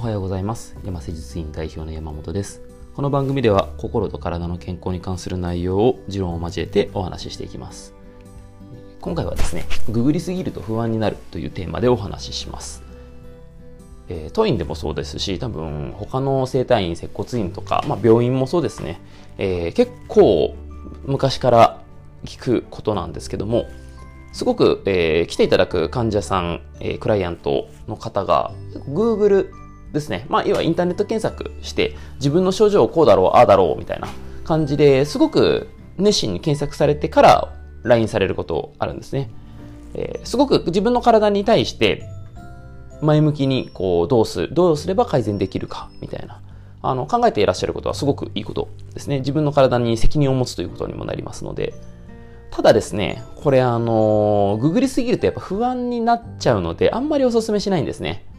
はようございます。山瀬術院代表の山本です。この番組では心と体の健康に関する内容を持論を交えてお話ししていきます。今回はですね、ググりすぎると不安になるというテーマでお話しします。当院でもそうですし、多分他の整体院、接骨院とか、病院もそうですね、結構昔から聞くことなんですけども、すごく、来ていただく患者さん、クライアントの方が Google ですね、要はインターネット検索して自分の症状をこうだろう、ああだろうみたいな感じですごく熱心に検索されてから LINE されることあるんですね。すごく自分の体に対して前向きにこうどうすれば改善できるかみたいな考えていらっしゃることはすごくいいことですね。自分の体に責任を持つということにもなりますので。ただですね、これググりすぎるとやっぱ不安になっちゃうので、あんまりお勧めしないんですね。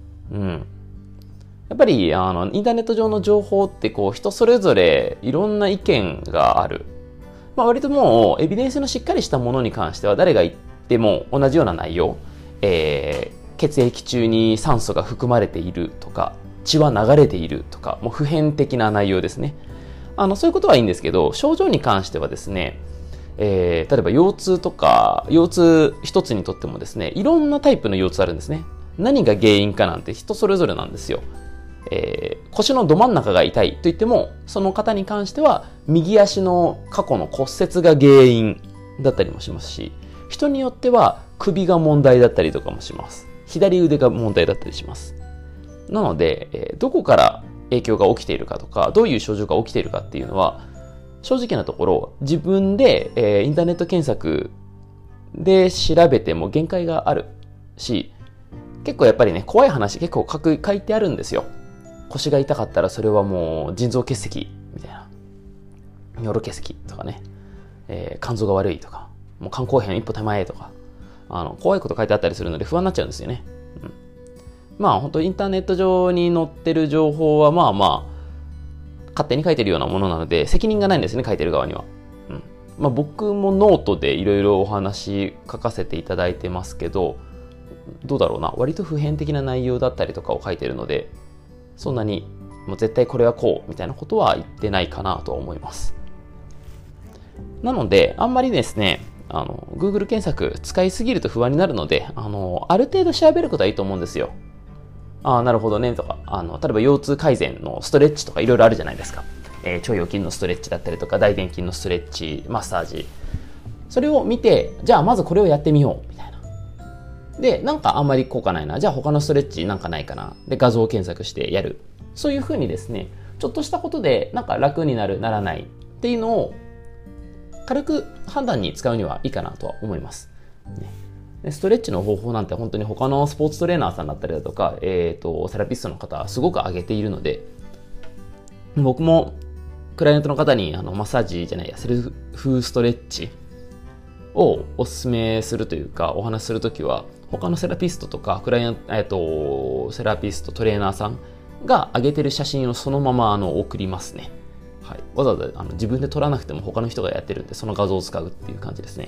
やっぱりインターネット上の情報ってこう人それぞれいろんな意見がある。割ともうエビデンスのしっかりしたものに関しては誰が言っても同じような内容。血液中に酸素が含まれているとか、血は流れているとか、もう普遍的な内容ですね。そういうことはいいんですけど、症状に関してはですね、例えば腰痛とか、腰痛一つにとってもですね、いろんなタイプの腰痛あるんですね。何が原因かなんて人それぞれなんですよ。腰のど真ん中が痛いと言っても、その方に関しては右足の過去の骨折が原因だったりもしますし、人によっては首が問題だったりとかもします。左腕が問題だったりします。なので、どこから影響が起きているかとか、どういう症状が起きているかっていうのは、正直なところ自分で、インターネット検索で調べても限界があるし、結構やっぱりね、怖い話結構書いてあるんですよ。腰が痛かったらそれはもう腎臓結石みたいな、尿路結石とかね、肝臓が悪いとか、もう肝硬変一歩手前とか、怖いこと書いてあったりするので不安になっちゃうんですよね。本当インターネット上に載ってる情報は勝手に書いてるようなものなので責任がないんですね、書いてる側には。僕もノートでいろいろお話書かせていただいてますけど、どうだろうな、割と普遍的な内容だったりとかを書いてるので、そんなにもう絶対これはこうみたいなことは言ってないかなとは思います。なのであんまりですね、Google 検索使いすぎると不安になるので、ある程度調べることはいいと思うんですよ。なるほどねとか、例えば腰痛改善のストレッチとかいろいろあるじゃないですか。腸腰筋のストレッチだったりとか、大臀筋のストレッチ、マッサージ。それを見て、じゃあまずこれをやってみようみたいな。で、なんかあんまり効果ないな。じゃあ他のストレッチなんかないかな。で、画像検索してやる。そういうふうにですね、ちょっとしたことでなんか楽になる、ならないっていうのを軽く判断に使うにはいいかなとは思います。ストレッチの方法なんて本当に他のスポーツトレーナーさんだったりだとか、セラピストの方はすごく上げているので、僕もクライアントの方にマッサージじゃないや、セルフストレッチをお勧めするというか、お話しするときは、他のセラピストとか、セラピスト、トレーナーさんが上げてる写真をそのまま送りますね。はい。わざわざ自分で撮らなくても他の人がやってるんで、その画像を使うっていう感じですね。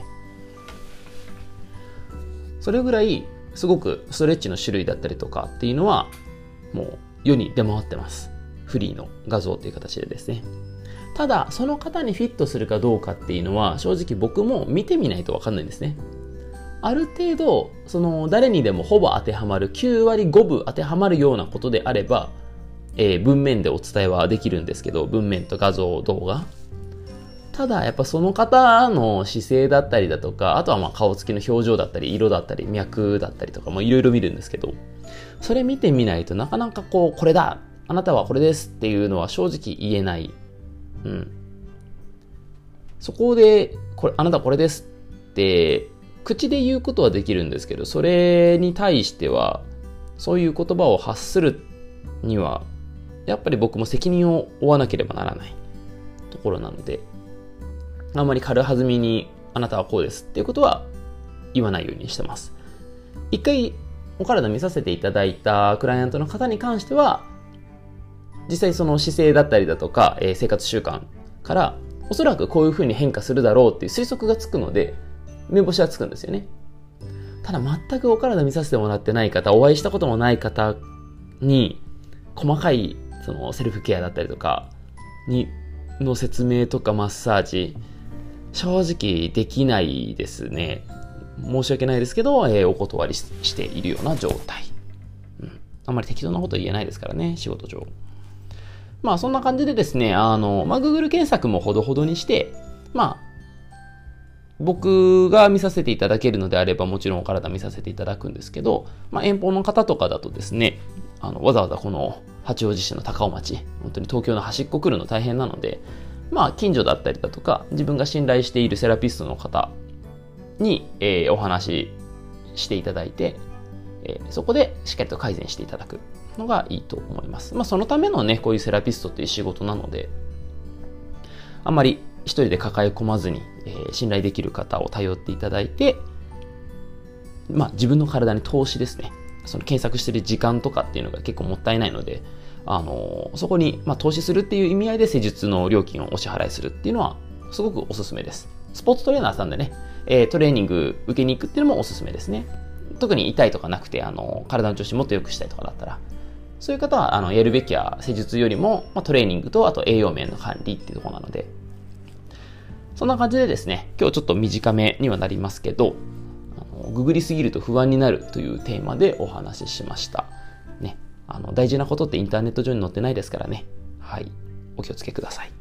それぐらいすごくストレッチの種類だったりとかっていうのはもう世に出回ってます。フリーの画像っていう形でですね。ただその方にフィットするかどうかっていうのは正直僕も見てみないと分かんないんですね。ある程度誰にでもほぼ当てはまる9割5分当てはまるようなことであれば、文面でお伝えはできるんですけど、文面と画像動画。ただやっぱその方の姿勢だったりだとか、あとは顔つきの表情だったり色だったり脈だったりとかもいろいろ見るんですけど、それ見てみないとなかなかこれだ、あなたはこれですっていうのは正直言えない。そこであなたはこれですって口で言うことはできるんですけど、それに対してはそういう言葉を発するにはやっぱり僕も責任を負わなければならないところなので、あんまり軽はずみにあなたはこうですっていうことは言わないようにしてます。一回お体見させていただいたクライアントの方に関しては、実際その姿勢だったりだとか、生活習慣からおそらくこういう風に変化するだろうっていう推測がつくので、目星はつくんですよね。ただ全くお体見させてもらってない方、お会いしたこともない方に細かいそのセルフケアだったりとかの説明とかマッサージ、正直できないですね。申し訳ないですけど、お断りしているような状態。あんまり適当なこと言えないですからね、仕事上。まあそんな感じでですね、Google 検索もほどほどにして、僕が見させていただけるのであればもちろんお体見させていただくんですけど、遠方の方とかだとですね、わざわざこの八王子市の高尾町、本当に東京の端っこ来るの大変なので、近所だったりだとか、自分が信頼しているセラピストの方に、お話ししていただいて、そこでしっかりと改善していただくのがいいと思います。そのためのね、こういうセラピストっていう仕事なので、あんまり一人で抱え込まずに、信頼できる方を頼っていただいて、自分の体に投資ですね。その検索してる時間とかっていうのが結構もったいないので、そこに、投資するっていう意味合いで施術の料金をお支払いするっていうのはすごくおすすめです。スポーツトレーナーさんでね、トレーニング受けに行くっていうのもおすすめですね。特に痛いとかなくて、体の調子もっと良くしたいとかだったら、そういう方はやるべきは施術よりも、トレーニングとあと栄養面の管理っていうところなので、そんな感じでですね、今日ちょっと短めにはなりますけど、ググりすぎると不安になるというテーマでお話ししました。ね、大事なことってインターネット上に載ってないですからね。はい、お気をつけください。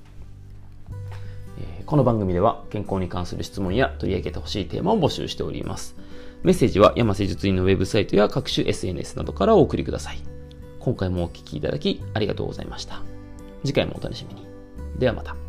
この番組では健康に関する質問や取り上げてほしいテーマを募集しております。メッセージは山瀬術院のウェブサイトや各種 SNS などからお送りください。今回もお聞きいただきありがとうございました。次回もお楽しみに。ではまた。